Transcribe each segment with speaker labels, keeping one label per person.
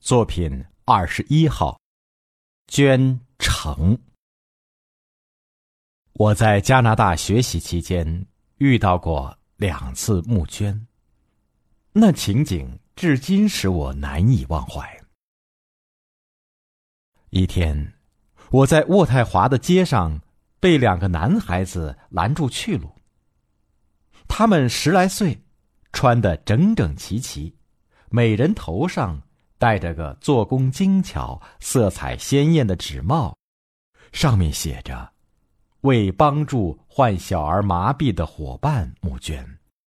Speaker 1: 作品21号，捐城。我在加拿大学习期间遇到过2次募捐，那情景至今使我难以忘怀。一天，我在渥太华的街上被2个男孩子拦住去路。他们10来岁，穿得整整齐齐，每人头上戴着个做工精巧、色彩鲜艳的纸帽，上面写着为帮助患小儿麻痹的伙伴募捐。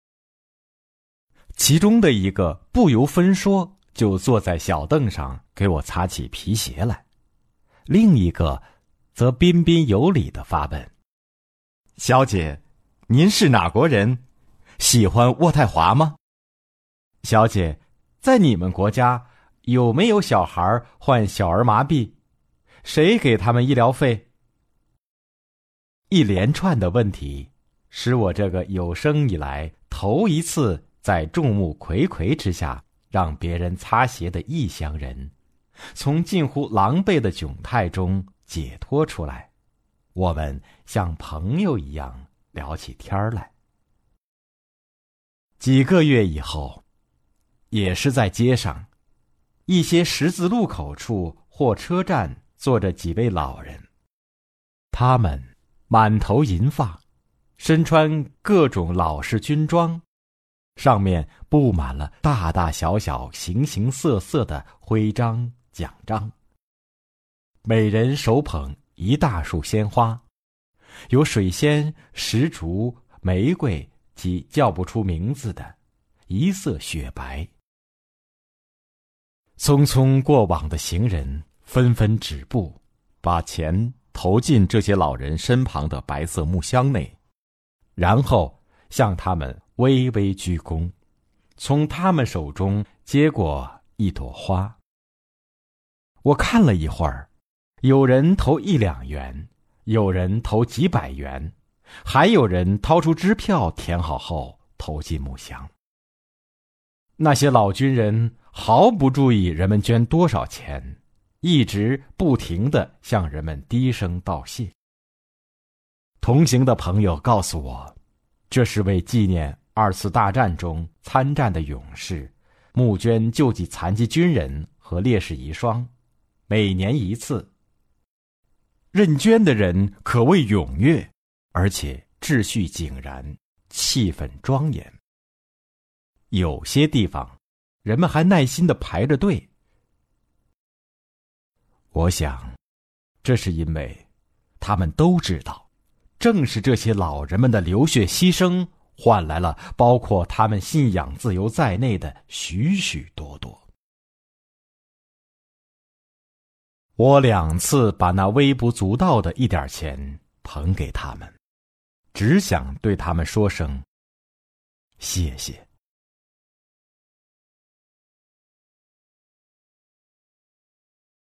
Speaker 1: 其中的一个不由分说就坐在小凳上给我擦起皮鞋来，另一个则彬彬有礼地发问：小姐，您是哪国人？喜欢渥太华吗？小姐，在你们国家有没有小孩患小儿麻痹？谁给他们医疗费？一连串的问题使我这个有生以来头一次在众目睽睽之下让别人擦鞋的异乡人从近乎狼狈的窘态中解脱出来。我们像朋友一样聊起天来。几个月以后，也是在街上，一些十字路口处或车站坐着几位老人，他们满头银发，身穿各种老式军装，上面布满了大大小小、形形色色的徽章奖章。每人手捧一大束鲜花，有水仙、石竹、玫瑰及叫不出名字的，一色雪白。匆匆过往的行人纷纷止步，把钱投进这些老人身旁的白色木箱内，然后向他们微微鞠躬，从他们手中接过一朵花。我看了一会儿，有人投1两元，有人投几百元，还有人掏出支票填好后投进木箱。那些老军人毫不注意人们捐多少钱，一直不停地向人们低声道谢。同行的朋友告诉我，这是为纪念2次大战中参战的勇士，募捐救济残疾军人和烈士遗孀，每年1次。认捐的人可谓踊跃，而且秩序井然，气氛庄严。有些地方人们还耐心地排着队。我想，这是因为他们都知道，正是这些老人们的流血牺牲换来了包括他们信仰自由在内的许许多多。我2次把那微不足道的一点钱捧给他们，只想对他们说声谢谢。